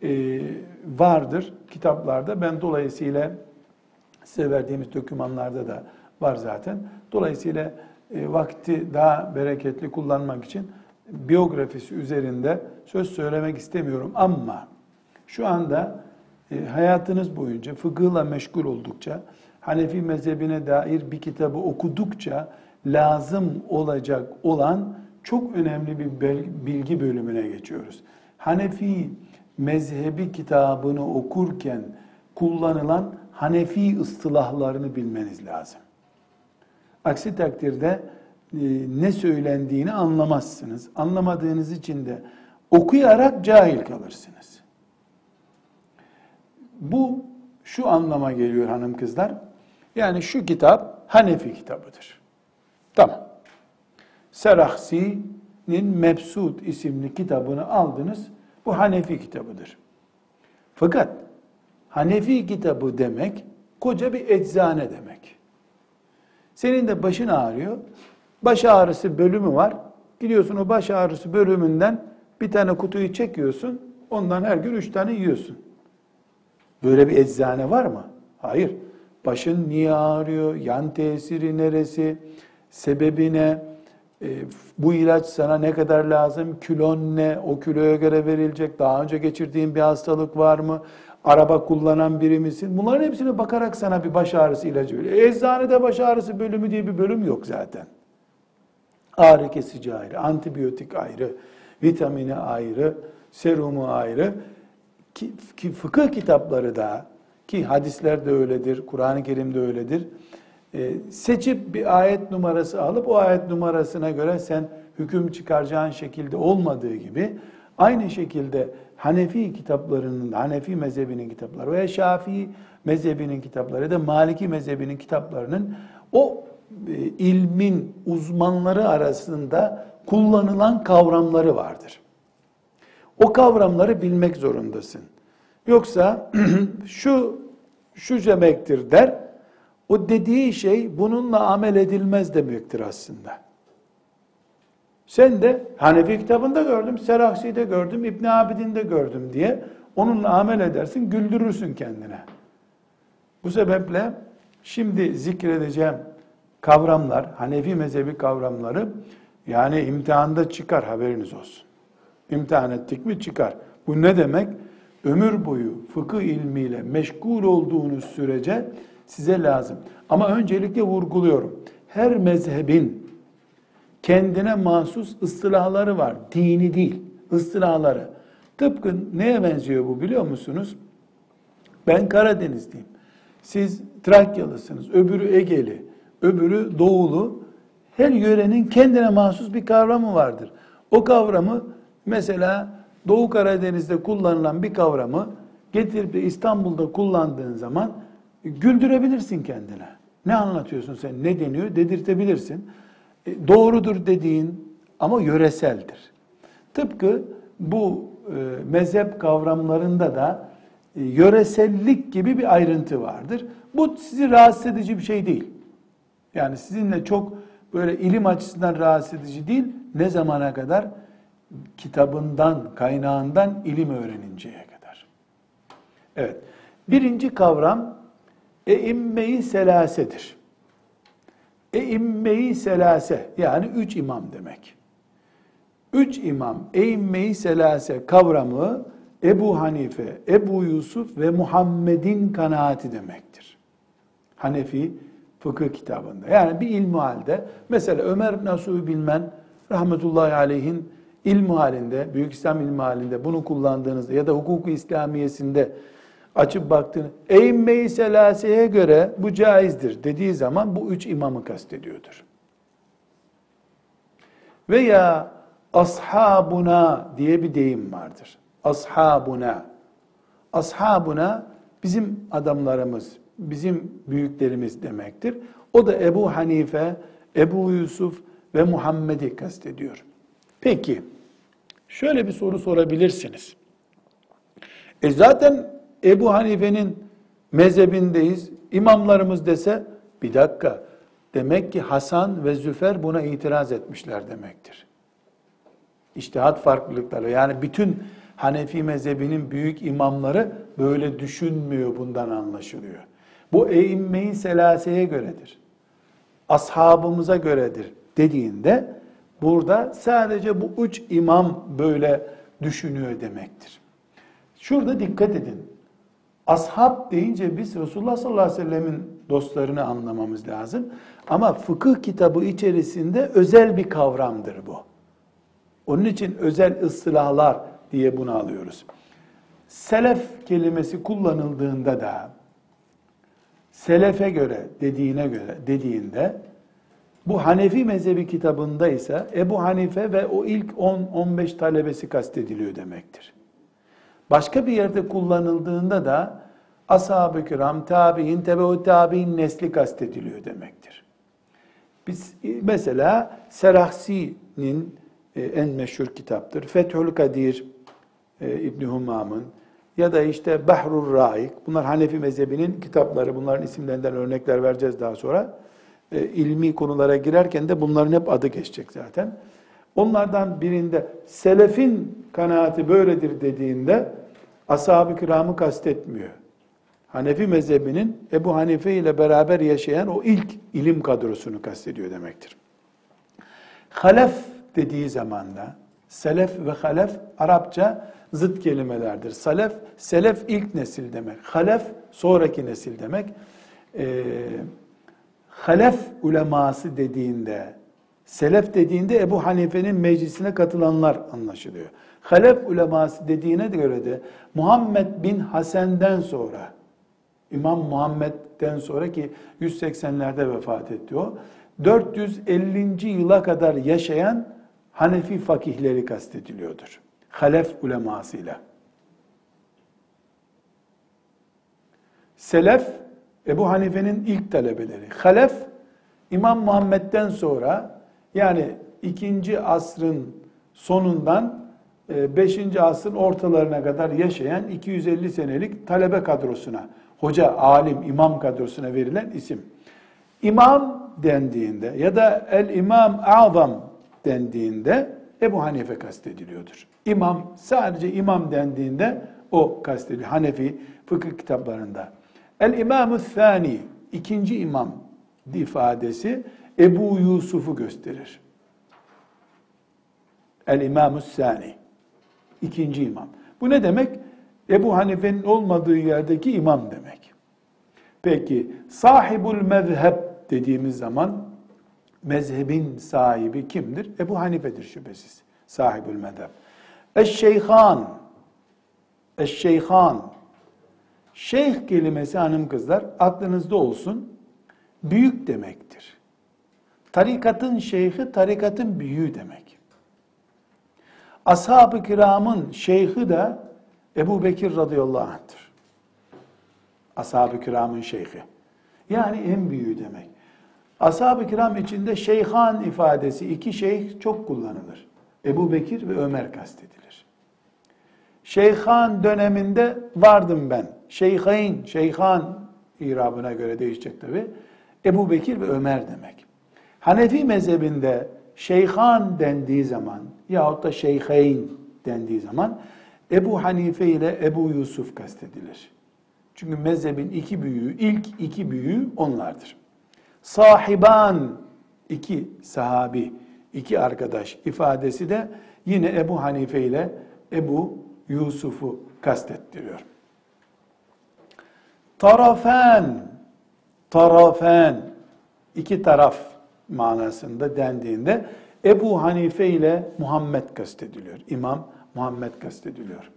vardır kitaplarda. Ben dolayısıyla size verdiğimiz dokümanlarda da var zaten. Dolayısıyla vakti daha bereketli kullanmak için biyografisi üzerinde söz söylemek istemiyorum ama şu anda hayatınız boyunca fıkıhla meşgul oldukça, Hanefi mezhebine dair bir kitabı okudukça lazım olacak olan çok önemli bir bilgi bölümüne geçiyoruz. Hanefi mezhebi kitabını okurken kullanılan Hanefi ıstılahlarını bilmeniz lazım. Aksi takdirde ne söylendiğini anlamazsınız. Anlamadığınız için de okuyarak cahil kalırsınız. Bu şu anlama geliyor hanım kızlar. Yani şu kitap Hanefi kitabıdır. Tamam. Serahsi'nin Mebsut isimli kitabını aldınız. Bu Hanefi kitabıdır. Fakat Hanefi kitabı demek koca bir eczane demek. Senin de başın ağrıyor. Baş ağrısı bölümü var. Gidiyorsun o baş ağrısı bölümünden bir tane kutuyu çekiyorsun. Ondan her gün 3 tane yiyorsun. Böyle bir eczane var mı? Hayır. Başın niye ağrıyor? Yan tesiri neresi? Sebebi ne? Bu ilaç sana ne kadar lazım? Kilon ne? O kiloya göre verilecek. Daha önce geçirdiğin bir hastalık var mı? Araba kullanan biri misin? Bunların hepsine bakarak sana bir baş ağrısı ilacı veriyor. Eczanede baş ağrısı bölümü diye bir bölüm yok zaten. Ağrı kesici ayrı, antibiyotik ayrı, vitamini ayrı, serumu ayrı. Ki fıkıh kitapları da, ki hadisler de öyledir, Kur'an-ı Kerim de öyledir. Seçip bir ayet numarası alıp o ayet numarasına göre sen hüküm çıkaracağın şekilde olmadığı gibi, aynı şekilde Hanefi kitaplarının, Hanefi mezhebinin kitapları veya Şafii mezhebinin kitapları ya da Maliki mezhebinin kitaplarının o ilmin uzmanları arasında kullanılan kavramları vardır. O kavramları bilmek zorundasın. Yoksa şu demektir der, o dediği şey bununla amel edilmez demektir aslında. Sen de Hanefi kitabında gördüm, Serahsi'de gördüm, İbn Abidin'de gördüm diye onunla amel edersin, güldürürsün kendine. Bu sebeple şimdi zikredeceğim kavramlar, Hanefi mezhebi kavramları, yani imtihanda çıkar, haberiniz olsun. İmtihan ettik mi çıkar. Bu ne demek? Ömür boyu fıkıh ilmiyle meşgul olduğunuz sürece size lazım. Ama öncelikle vurguluyorum. Her mezhebin kendine mahsus ıstılahları var. Dini değil, ıstılahları. Tıpkı neye benziyor bu biliyor musunuz? Ben Karadenizliyim. Siz Trakyalısınız, öbürü Egeli, öbürü Doğulu. Her yörenin kendine mahsus bir kavramı vardır. O kavramı mesela Doğu Karadeniz'de kullanılan bir kavramı getirip de İstanbul'da kullandığın zaman güldürebilirsin kendine. Ne anlatıyorsun sen, ne deniyor dedirtebilirsin. Doğrudur dediğin ama yöreseldir. Tıpkı bu mezhep kavramlarında da yöresellik gibi bir ayrıntı vardır. Bu sizi rahatsız edici bir şey değil. Yani sizinle çok böyle ilim açısından rahatsız edici değil. Ne zamana kadar? Kitabından, kaynağından ilim öğreninceye kadar. Evet. Birinci kavram eimme-i selasedir. Eimme-i selase yani 3 imam demek. 3 imam, eimme-i selase kavramı Ebu Hanife, Ebu Yusuf ve Muhammed'in kanaati demektir. Hanefi fıkıh kitabında. Yani bir ilmihalde mesela Ömer Nasuhi Bilmen rahmetullahi aleyhin ilmihalinde, Büyük İslam ilmihalinde bunu kullandığınızda ya da hukuk-u İslamiyesinde açıp baktığınız eimme-i selaseye göre bu caizdir dediği zaman bu 3 imamı kastediyordur. Veya ashabuna diye bir deyim vardır. Ashabuna. Ashabuna bizim adamlarımız, bizim büyüklerimiz demektir. O da Ebu Hanife, Ebu Yusuf ve Muhammed'i kastediyor. Peki, şöyle bir soru sorabilirsiniz. Zaten Ebu Hanife'nin mezhebindeyiz, imamlarımız dese, bir dakika, demek ki Hasan ve Züfer buna itiraz etmişler demektir. İçtihat farklılıkları, yani bütün Hanefi mezhebinin büyük imamları böyle düşünmüyor, bundan anlaşılıyor. Bu eimme-i selaseye göredir. Ashabımıza göredir dediğinde burada sadece bu 3 imam böyle düşünüyor demektir. Şurada dikkat edin. Ashab deyince biz Resulullah sallallahu aleyhi ve sellemin dostlarını anlamamız lazım. Ama fıkıh kitabı içerisinde özel bir kavramdır bu. Onun için özel ıstılahlar diye bunu alıyoruz. Selef kelimesi kullanıldığında da selefe göre dediğinde bu Hanefi mezhebi kitabında ise Ebu Hanife ve o ilk 10-15 talebesi kastediliyor demektir. Başka bir yerde kullanıldığında da ashab-ı kiram, tabi'in, tebe-u tabi'in nesli kastediliyor demektir. Biz mesela Serahsi'nin en meşhur kitaptır. Fethül Kadir İbn Humam'ın ya da işte Bahrur Raik. Bunlar Hanefi mezhebinin kitapları. Bunların isimlerinden örnekler vereceğiz daha sonra. İlmi konulara girerken de bunların hep adı geçecek zaten. Onlardan birinde selefin kanaati böyledir dediğinde ashab-ı kiramı kastetmiyor. Hanefi mezhebinin Ebu Hanife ile beraber yaşayan o ilk ilim kadrosunu kastediyor demektir. Halef dediği zaman da selef ve halef Arapça zıt kelimelerdir. Selef ilk nesil demek. Halef sonraki nesil demek. Halef uleması dediğinde, selef dediğinde Ebu Hanife'nin meclisine katılanlar anlaşılıyor. Halef uleması dediğine göre de Muhammed bin Hasen'den sonra, İmam Muhammed'den sonra ki 180'lerde vefat etti o, 450. yıla kadar yaşayan Hanefi fakihleri kastediliyordur. Halef ulemasıyla. Selef, Ebu Hanife'nin ilk talebeleri. Halef, İmam Muhammed'den sonra yani 2. asrın sonundan 5. asrın ortalarına kadar yaşayan 250 senelik talebe kadrosuna, hoca, alim, imam kadrosuna verilen isim. İmam dendiğinde ya da el-İmam Azam dendiğinde Ebu Hanife kastediliyordur. İmam, sadece imam dendiğinde o kastediliyor. Hanefi fıkıh kitaplarında. El-İmam-ı Thani, ikinci imam ifadesi Ebu Yusuf'u gösterir. El-İmam-ı Thani, ikinci imam. Bu ne demek? Ebu Hanife'nin olmadığı yerdeki imam demek. Peki, sahibul mezheb dediğimiz zaman mezhebin sahibi kimdir? Ebu Hanife'dir şüphesiz. Sahibul mezheb. Eşşeyhan. Eşşeyhan. Şeyh kelimesi hanım kızlar aklınızda olsun. Büyük demektir. Tarikatın şeyhi, tarikatın büyüğü demek. Ashab-ı kiramın şeyhi de Ebu Bekir radıyallahu anh'tır. Ashab-ı kiramın şeyhi. Yani en büyüğü demek. Ashab-ı kiram içinde şeyhan ifadesi, iki şeyh çok kullanılır. Ebu Bekir ve Ömer kastedilir. Şeyhan döneminde vardım ben. Şeyhain, şeyhan irabına göre değişecek tabi. Ebu Bekir ve Ömer demek. Hanefi mezhebinde şeyhan dendiği zaman yahut da şeyhain dendiği zaman Ebu Hanife ile Ebu Yusuf kastedilir. Çünkü mezhebin iki büyüğü, ilk iki büyüğü onlardır. Sahiban, iki sahabi, iki arkadaş ifadesi de yine Ebu Hanife ile Ebu Yusuf'u kastettiriyor. Tarafen, iki taraf manasında dendiğinde Ebu Hanife ile Muhammed kastediliyor. İmam Muhammed kastediliyor.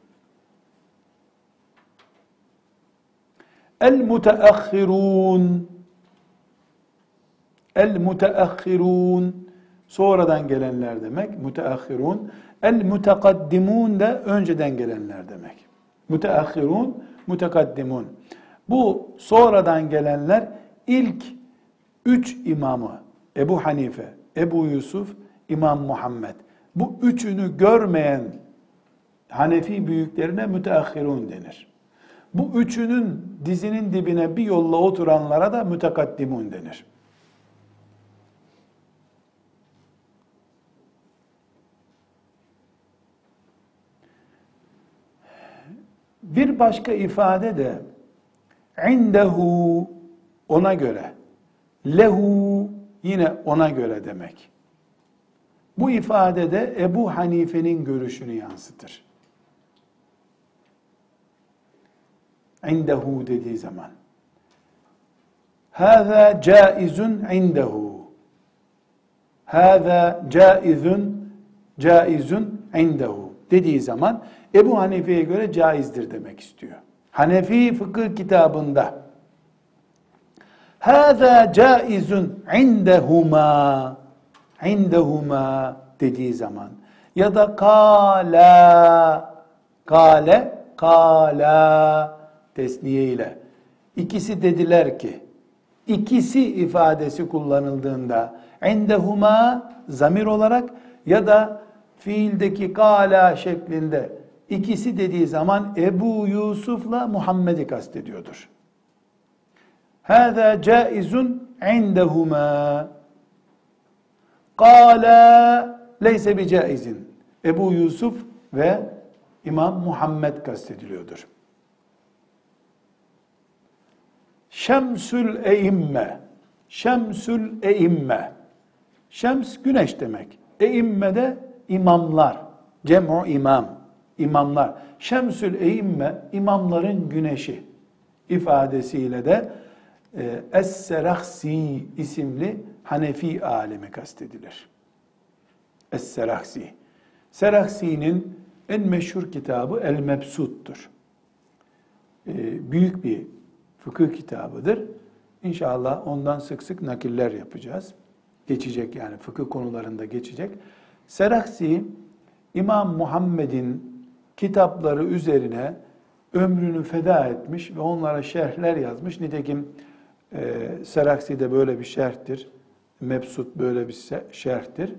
El-muteahhirun, sonradan gelenler demek. Muteahhirun. El-mutekaddimun da önceden gelenler demek. Muteahhirun, mutekaddimun. Bu sonradan gelenler ilk üç imamı Ebu Hanife, Ebu Yusuf, İmam Muhammed. Bu üçünü görmeyen Hanefi büyüklerine müteahhirun denir. Bu üçünün dizinin dibine bir yolla oturanlara da mütekaddimun denir. Bir başka ifade de indehu, ona göre, lehu, yine ona göre demek. Bu ifadede Ebu Hanife'nin görüşünü yansıtır. İndehu dediği zaman. Hâzâ caizun indehu. Hâzâ caizun indehu dediği zaman Ebu Hanife'ye göre caizdir demek istiyor. Hanefi fıkıh kitabında hâzâ caizun indehuma, indehuma dediği zaman ya da kâla tesniye ile ikisi dediler ki, ikisi ifadesi kullanıldığında indehuma zamir olarak ya da fiildeki kâla şeklinde ikisi dediği zaman Ebu Yusuf'la Muhammed'i kastediyordur. Hâzâ caizun indehuma. Kâlâ leyse bi caizin. Ebu Yusuf ve İmam Muhammed kastediliyordur. Şemsül eimme. Şemsül eimme. Şems güneş demek. Eimme de imamlar. Cem'u imam. İmamlar. Şemsül eimme imamların güneşi ifadesiyle de Es-Serakhsi isimli Hanefi alimi kastedilir. Es-Serakhsi. Serakhsi'nin en meşhur kitabı El-Mebsut'tur. Büyük bir fıkıh kitabıdır. İnşallah ondan sık sık nakiller yapacağız. Geçecek yani fıkıh konularında geçecek. Serakhsi, İmam Muhammed'in kitapları üzerine ömrünü feda etmiş ve onlara şerhler yazmış. Nitekim Serakhsi de böyle bir şerhtir. Mebsut böyle bir şerhtir.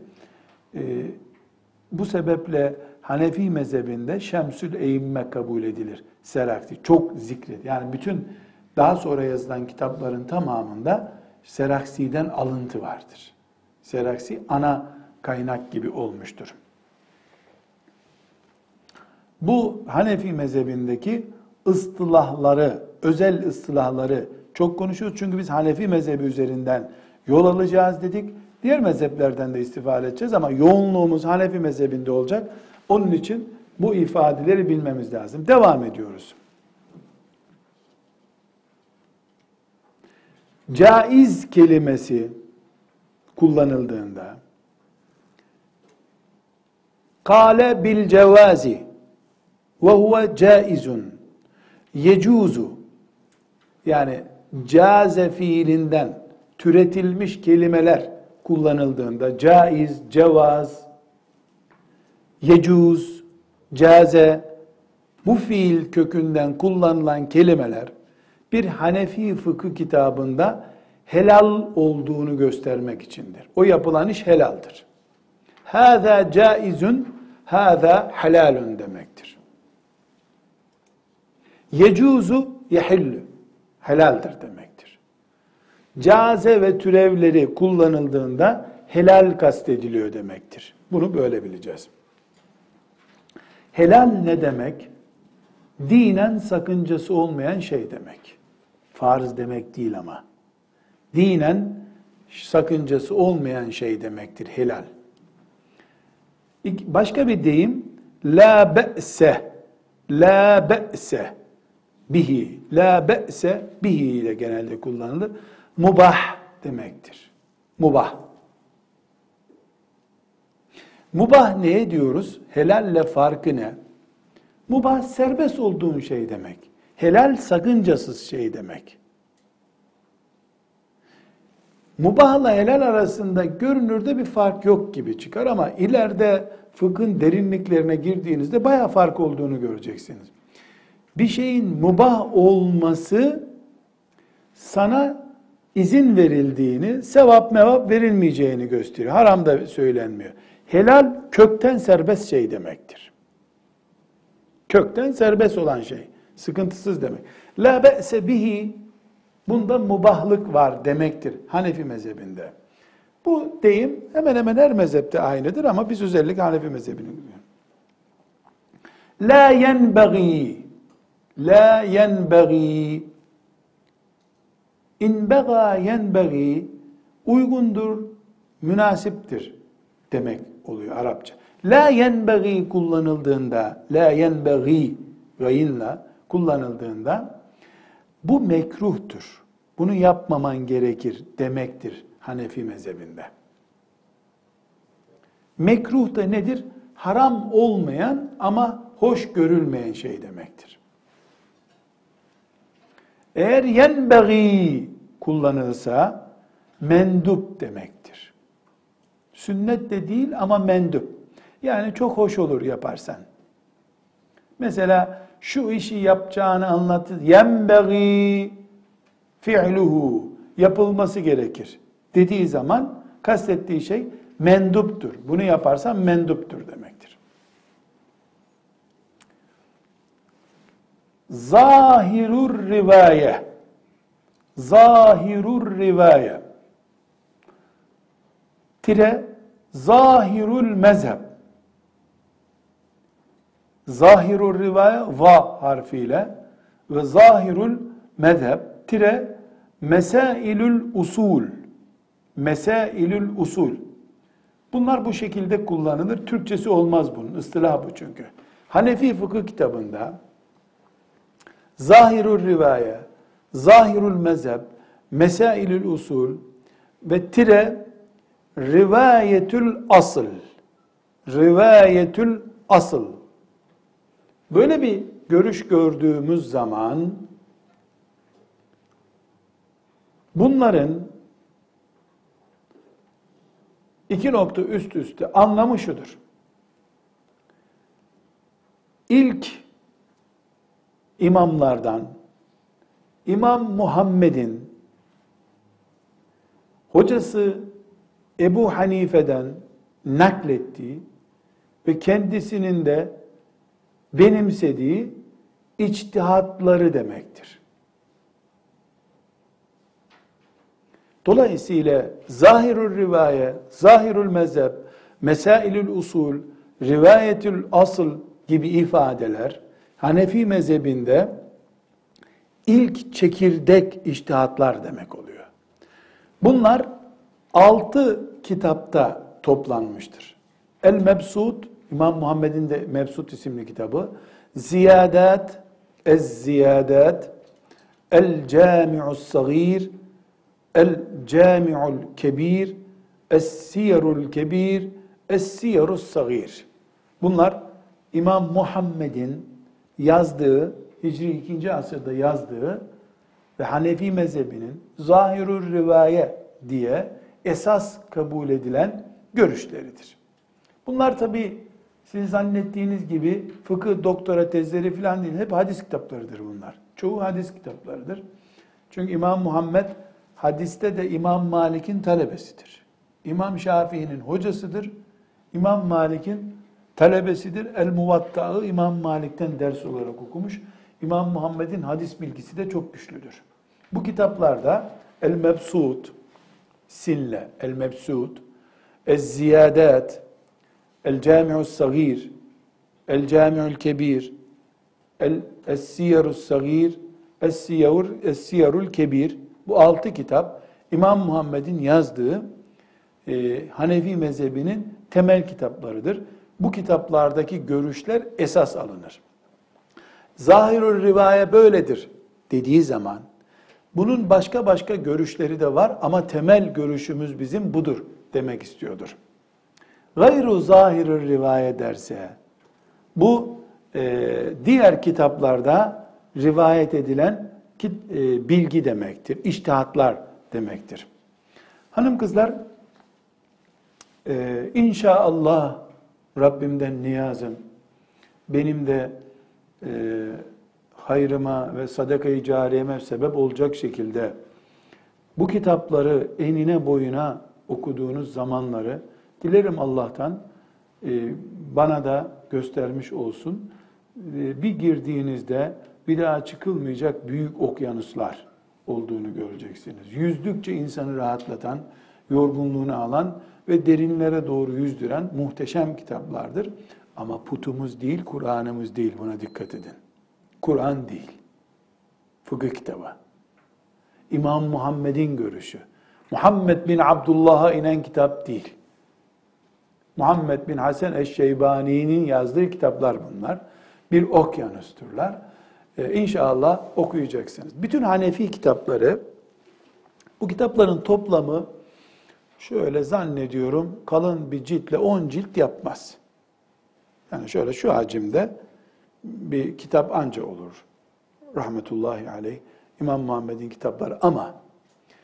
Bu sebeple Hanefi mezhebinde Şemsül Eimme kabul edilir. Serakhsi çok zikret. Yani bütün daha sonra yazılan kitapların tamamında Serakhsi'den alıntı vardır. Serakhsi ana kaynak gibi olmuştur. Bu Hanefi mezhebindeki ıstılahları, özel ıstılahları çok konuşuyoruz. Çünkü biz Hanefi mezhebi üzerinden yol alacağız dedik. Diğer mezheplerden de istifade edeceğiz ama yoğunluğumuz Hanefi mezhebinde olacak. Onun için bu ifadeleri bilmemiz lazım. Devam ediyoruz. Caiz kelimesi kullanıldığında kâle bil cevazi ve huve caizun yecuzu yani caze fiilinden türetilmiş kelimeler kullanıldığında caiz, cevaz, yecuz, caze bu fiil kökünden kullanılan kelimeler bir Hanefi fıkıh kitabında helal olduğunu göstermek içindir. O yapılan iş helaldir. Hâzâ caizun, hâzâ helalun demektir. Yecuzu, yehillü, helaldir demektir. Caze ve türevleri kullanıldığında helal kastediliyor demektir. Bunu böyle bileceğiz. Helal ne demek? Dinen sakıncası olmayan şey demek. Farz demek değil ama. Dinen sakıncası olmayan şey demektir helal. Başka bir deyim la be'se, la be'se bihi, la be'se bihi ile genelde kullanılır. Mubah demektir. Mubah. Mubah neye diyoruz? Helalle farkı ne? Mubah serbest olduğun şey demek. Helal sakıncasız şey demek. Mubahla helal arasında görünürde bir fark yok gibi çıkar ama ileride fıkhın derinliklerine girdiğinizde bayağı fark olduğunu göreceksiniz. Bir şeyin mubah olması sana izin verildiğini, sevap mevap verilmeyeceğini gösteriyor. Haram da söylenmiyor. Helal kökten serbest şey demektir. Kökten serbest olan şey. Sıkıntısız demek. La be'se bihi, bunda mubahlık var demektir Hanefi mezhebinde. Bu deyim hemen hemen her mezhepte aynıdır ama biz özellikle Hanefi mezhebini biliyoruz. La yenbagî, la yenbagî, inbega yenbagî, uygundur, münasiptir demek oluyor Arapça. La yenbagî kullanıldığında, la yenbagî gayinla kullanıldığında bu mekruhtur. Bunu yapmaman gerekir demektir Hanefi mezhebinde. Mekruh da nedir? Haram olmayan ama hoş görülmeyen şey demektir. Eğer yenbagî kullanılsa mendup demektir. Sünnet de değil ama mendup. Yani çok hoş olur yaparsan. Mesela şu işi yapacağını anlatır. Yenbeği fi'luhu, yapılması gerekir dediği zaman kastettiği şey menduptur. Bunu yaparsan menduptur demektir. Zahirur rivaye. Zahirur rivaye. Tire zahirul mezheb. Zahirul rivaye va harfiyle ve zahirul mezheb tire mesailül usul. Mesailül usul. Bunlar bu şekilde kullanılır. Türkçesi olmaz bunun. İstilah bu çünkü. Hanefi fıkıh kitabında zahirul rivaye, zahirul mezheb, mesailül usul ve tire rivayetül asıl. Rivayetül asıl. Böyle bir görüş gördüğümüz zaman bunların iki nokta üst üste anlamı şudur. İlk imamlardan İmam Muhammed'in hocası Ebu Hanife'den naklettiği ve kendisinin de benimsediği içtihatları demektir. Dolayısıyla zahirul rivaye, zahirul mezheb, mesailül usul, rivayetül asıl gibi ifadeler Hanefi mezhebinde ilk çekirdek içtihatlar demek oluyor. Bunlar 6 kitapta toplanmıştır. El-Mebsut, İmam Muhammed'in de Mebsut isimli kitabı, Ziyadat, Ez-Ziyadat, El-Cami'us Sagir, El-Cami'ul Kebir, Es-Siyerul Kebir, Es-Siyerus Sagir. Bunlar İmam Muhammed'in yazdığı, Hicri 2. asırda yazdığı ve Hanefi mezhebinin zahirur rivaye diye esas kabul edilen görüşleridir. Bunlar tabi siz zannettiğiniz gibi fıkıh doktora tezleri falan değil. Hep hadis kitaplarıdır bunlar. Çoğu hadis kitaplarıdır. Çünkü İmam Muhammed hadiste de İmam Malik'in talebesidir. İmam Şafii'nin hocasıdır. İmam Malik'in talebesidir. El-Muvatta'ı İmam Malik'ten ders olarak okumuş. İmam Muhammed'in hadis bilgisi de çok güçlüdür. Bu kitaplarda El-Mebsut, Sille, El-Mebsut, Ez-Ziyadat, El-Cami'us Sagir, El-Cami'ul Kebir, Es-Siyerus Sagir, Es-Siyerul Kebir, bu 6 kitap İmam Muhammed'in yazdığı Hanefi mezhebinin temel kitaplarıdır. Bu kitaplardaki görüşler esas alınır. Zahirul rivaye böyledir dediği zaman bunun başka görüşleri de var ama temel görüşümüz bizim budur demek istiyordur. Gayru zahirul rivaye derse bu diğer kitaplarda rivayet edilen bilgi demektir, içtihatlar demektir. Hanım kızlar, inşallah Rabbimden niyazım, benim de hayrıma ve sadaka-i cariyeme sebep olacak şekilde bu kitapları enine boyuna okuduğunuz zamanları dilerim Allah'tan bana da göstermiş olsun. Bir girdiğinizde bir daha çıkılmayacak büyük okyanuslar olduğunu göreceksiniz. Yüzdükçe insanı rahatlatan, yorgunluğunu alan ve derinlere doğru yüzdüren muhteşem kitaplardır. Ama putumuz değil, Kur'an'ımız değil. Buna dikkat edin. Kur'an değil. Fıkıh kitabı. İmam Muhammed'in görüşü. Muhammed bin Abdullah'a inen kitap değil. Muhammed bin Hasan eş-Şeybani'nin yazdığı kitaplar bunlar. Bir okyanusturlar. İnşallah okuyacaksınız. Bütün Hanefi kitapları, bu kitapların toplamı şöyle zannediyorum kalın bir ciltle 10 cilt yapmaz. Yani şöyle şu hacimde bir kitap anca olur. Rahmetullahi aleyh. İmam Muhammed'in kitapları ama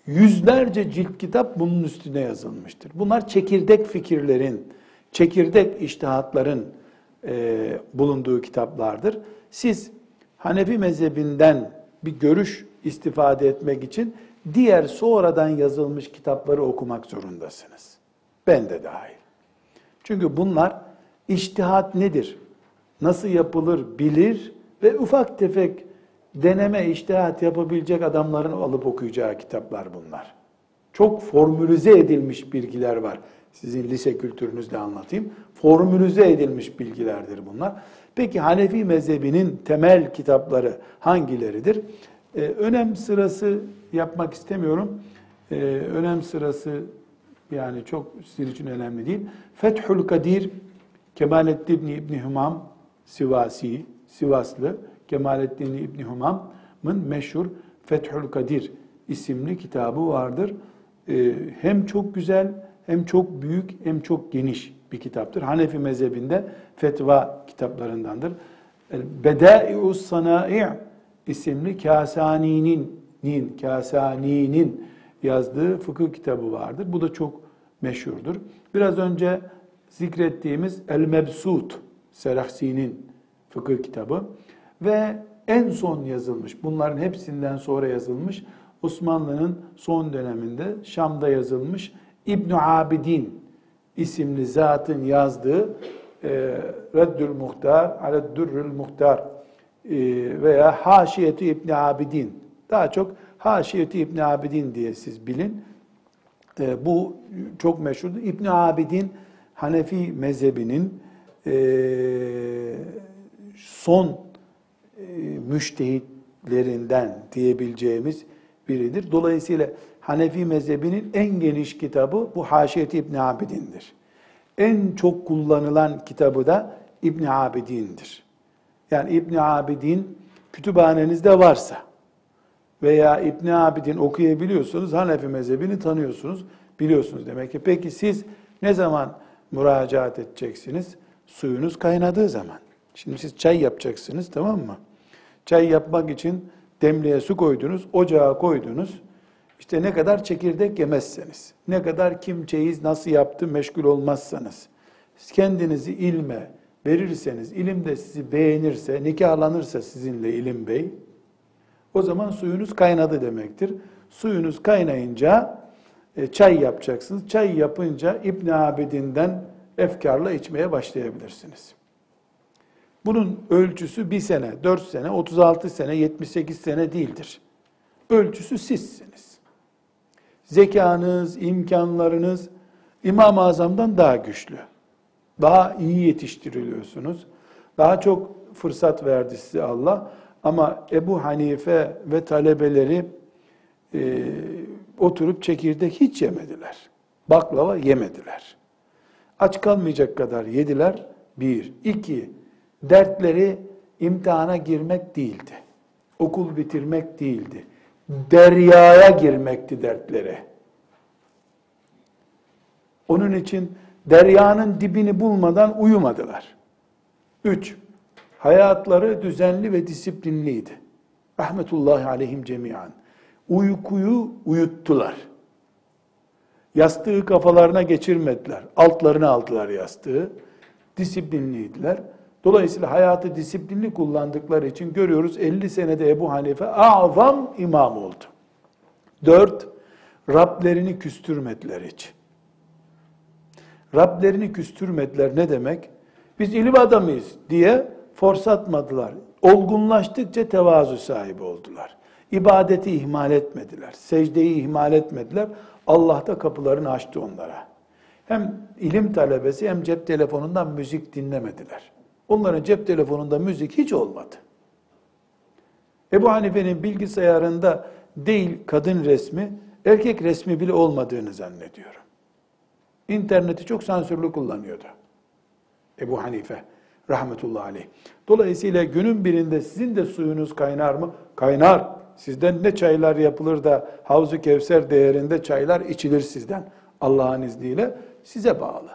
yüzlerce cilt kitap bunun üstüne yazılmıştır. Bunlar çekirdek fikirlerin, çekirdek içtihatların bulunduğu kitaplardır. Siz Hanefi mezhebinden bir görüş istifade etmek için diğer sonradan yazılmış kitapları okumak zorundasınız. Ben de dahil. Çünkü bunlar içtihat nedir, nasıl yapılır bilir ve ufak tefek deneme, içtihat yapabilecek adamların alıp okuyacağı kitaplar bunlar. Çok formülize edilmiş bilgiler var. Sizin lise kültürünüzle anlatayım. Formülize edilmiş bilgilerdir bunlar. Peki Hanefi mezhebinin temel kitapları hangileridir? Önem sırası yapmak istemiyorum. Önem sırası yani çok sizin için önemli değil. Fethül Kadir, Kemalettin İbni Humam, Sivaslı, Kemalettin İbni Humam'ın meşhur Fethül Kadir isimli kitabı vardır. Hem çok güzel, hem çok büyük, hem çok geniş bir kitaptır. Hanefi mezhebinde fetva kitaplarındandır. Bedai'us Sanai' isimli Kasani'nin yazdığı fıkıh kitabı vardır. Bu da çok meşhurdur. Biraz önce zikrettiğimiz El-Mebsut, Serahsi'nin fıkıh kitabı ve en son yazılmış, bunların hepsinden sonra yazılmış, Osmanlı'nın son döneminde Şam'da yazılmış İbn Abidin isimli zatın yazdığı Reddül Muhtar, Aleddürrül Muhtar veya Haşiyetü İbn Abidin. Daha çok Haşiyetü İbn Abidin diye siz bilin. Bu çok meşhurdur. İbn Abidin Hanefi mezhebinin son müştehitlerinden diyebileceğimiz biridir. Dolayısıyla Hanefi mezhebinin en geniş kitabı bu Haşiyet-i İbn Abidin'dir. En çok kullanılan kitabı da İbn Abidin'dir. Yani İbn Abidin kütüphanenizde varsa veya İbn Abidin okuyabiliyorsanız Hanefi mezhebini tanıyorsunuz, biliyorsunuz demek ki. Peki siz ne zaman müracaat edeceksiniz? Suyunuz kaynadığı zaman. Şimdi siz çay yapacaksınız, tamam mı? Çay yapmak için demliğe su koydunuz, ocağa koydunuz. İşte ne kadar çekirdek yemezseniz, ne kadar kim çeyiz nasıl yaptı meşgul olmazsanız, kendinizi ilme verirseniz, ilim de sizi beğenirse, nikahlanırsa sizinle ilim bey, o zaman suyunuz kaynadı demektir. Suyunuz kaynayınca çay yapacaksınız. Çay yapınca İbn Abidin'den efkarla içmeye başlayabilirsiniz. Bunun ölçüsü 1 sene, 4 sene, 36 sene, 78 sene değildir. Ölçüsü sizsiniz. Zekanız, imkanlarınız İmam-ı Azam'dan daha güçlü. Daha iyi yetiştiriliyorsunuz. Daha çok fırsat verdi size Allah. Ama Ebu Hanife ve talebeleri oturup çekirdek hiç yemediler. Baklava yemediler. Aç kalmayacak kadar yediler. 1. 2. Dertleri imtihana girmek değildi. Okul bitirmek değildi. Deryaya girmekti dertleri. Onun için deryanın dibini bulmadan uyumadılar. 3. Hayatları düzenli ve disiplinliydi. Rahmetullahi aleyhim cemiyan. Uykuyu uyuttular. Yastığı kafalarına geçirmediler. Altlarına aldılar yastığı. Disiplinliydiler. Dolayısıyla hayatı disiplinli kullandıkları için görüyoruz 50 senede Ebu Hanife azam imam oldu. 4. Rablerini küstürmediler hiç. Rablerini küstürmediler ne demek? Biz ilim adamıyız diye forsatmadılar. Olgunlaştıkça tevazu sahibi oldular. İbadeti ihmal etmediler. Secdeyi ihmal etmediler. Allah da kapılarını açtı onlara. Hem ilim talebesi hem cep telefonundan müzik dinlemediler. Onların cep telefonunda müzik hiç olmadı. Ebu Hanife'nin bilgisayarında değil kadın resmi, erkek resmi bile olmadığını zannediyorum. İnterneti çok sansürlü kullanıyordu Ebu Hanife rahmetullahi aleyh. Dolayısıyla günün birinde sizin de suyunuz kaynar mı? Kaynar. Sizden ne çaylar yapılır da Havz-ı Kevser değerinde çaylar içilir sizden. Allah'ın izniyle size bağlı.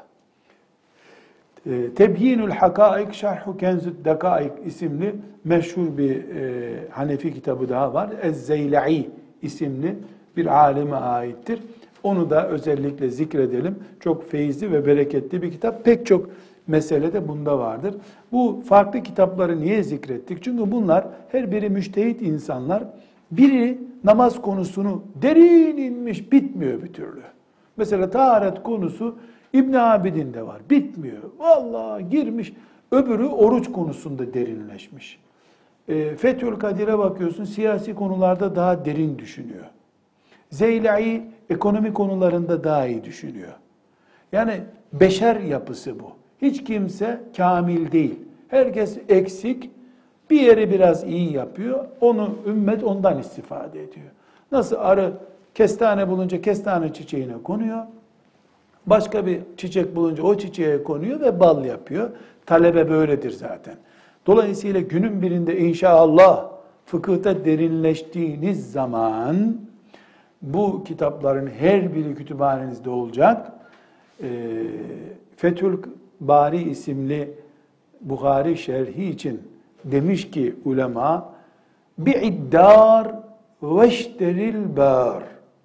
Tebyinül Hakaik Şerhu Kenzü'd Dakaik isimli meşhur bir Hanefi kitabı daha var. Ez-Zeyla'i isimli bir alime aittir. Onu da özellikle zikredelim. Çok feyizli ve bereketli bir kitap. Pek çok mesele de bunda vardır. Bu farklı kitapları niye zikrettik? Çünkü bunlar her biri müçtehit insanlar. Biri namaz konusunu derin inmiş, bitmiyor bir türlü. Mesela taharet konusu İbn Abidin'de var, bitmiyor. Vallahi girmiş. Öbürü oruç konusunda derinleşmiş. Fethül Kadir'e bakıyorsun, siyasi konularda daha derin düşünüyor. Zeylai ekonomi konularında daha iyi düşünüyor. Yani beşer yapısı bu. Hiç kimse kamil değil. Herkes eksik. Bir yeri biraz iyi yapıyor. Onu ümmet ondan istifade ediyor. Nasıl arı kestane bulunca kestane çiçeğine konuyor. Başka bir çiçek bulunca o çiçeğe konuyor ve bal yapıyor. Talebe böyledir zaten. Dolayısıyla günün birinde inşallah fıkıhta derinleştiğiniz zaman bu kitapların her biri kütüphanenizde olacak. Fethül Bari isimli Buhari şerhi için demiş ki ulema bi'iddar veşteril bar.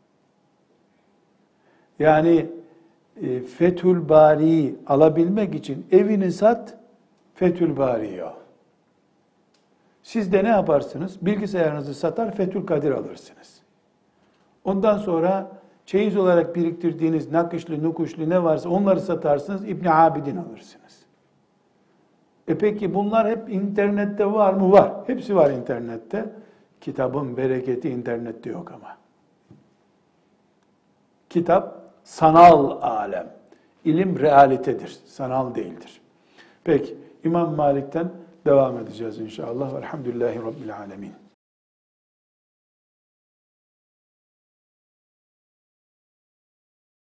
Yani Fethül Bari'yi alabilmek için evini sat, Fethül Bari'yi al. Siz de ne yaparsınız? Bilgisayarınızı satar, Fethül Kadir alırsınız. Ondan sonra çeyiz olarak biriktirdiğiniz nakışlı, nukuşlu ne varsa onları satarsınız, İbn Abidin alırsınız. Peki bunlar hep internette var mı? Var. Hepsi var internette. Kitabın bereketi internette yok ama. Kitap sanal alem. İlim realitedir. Sanal değildir. Peki İmam Malik'ten devam edeceğiz inşallah. Elhamdülillahi Rabbil alemin.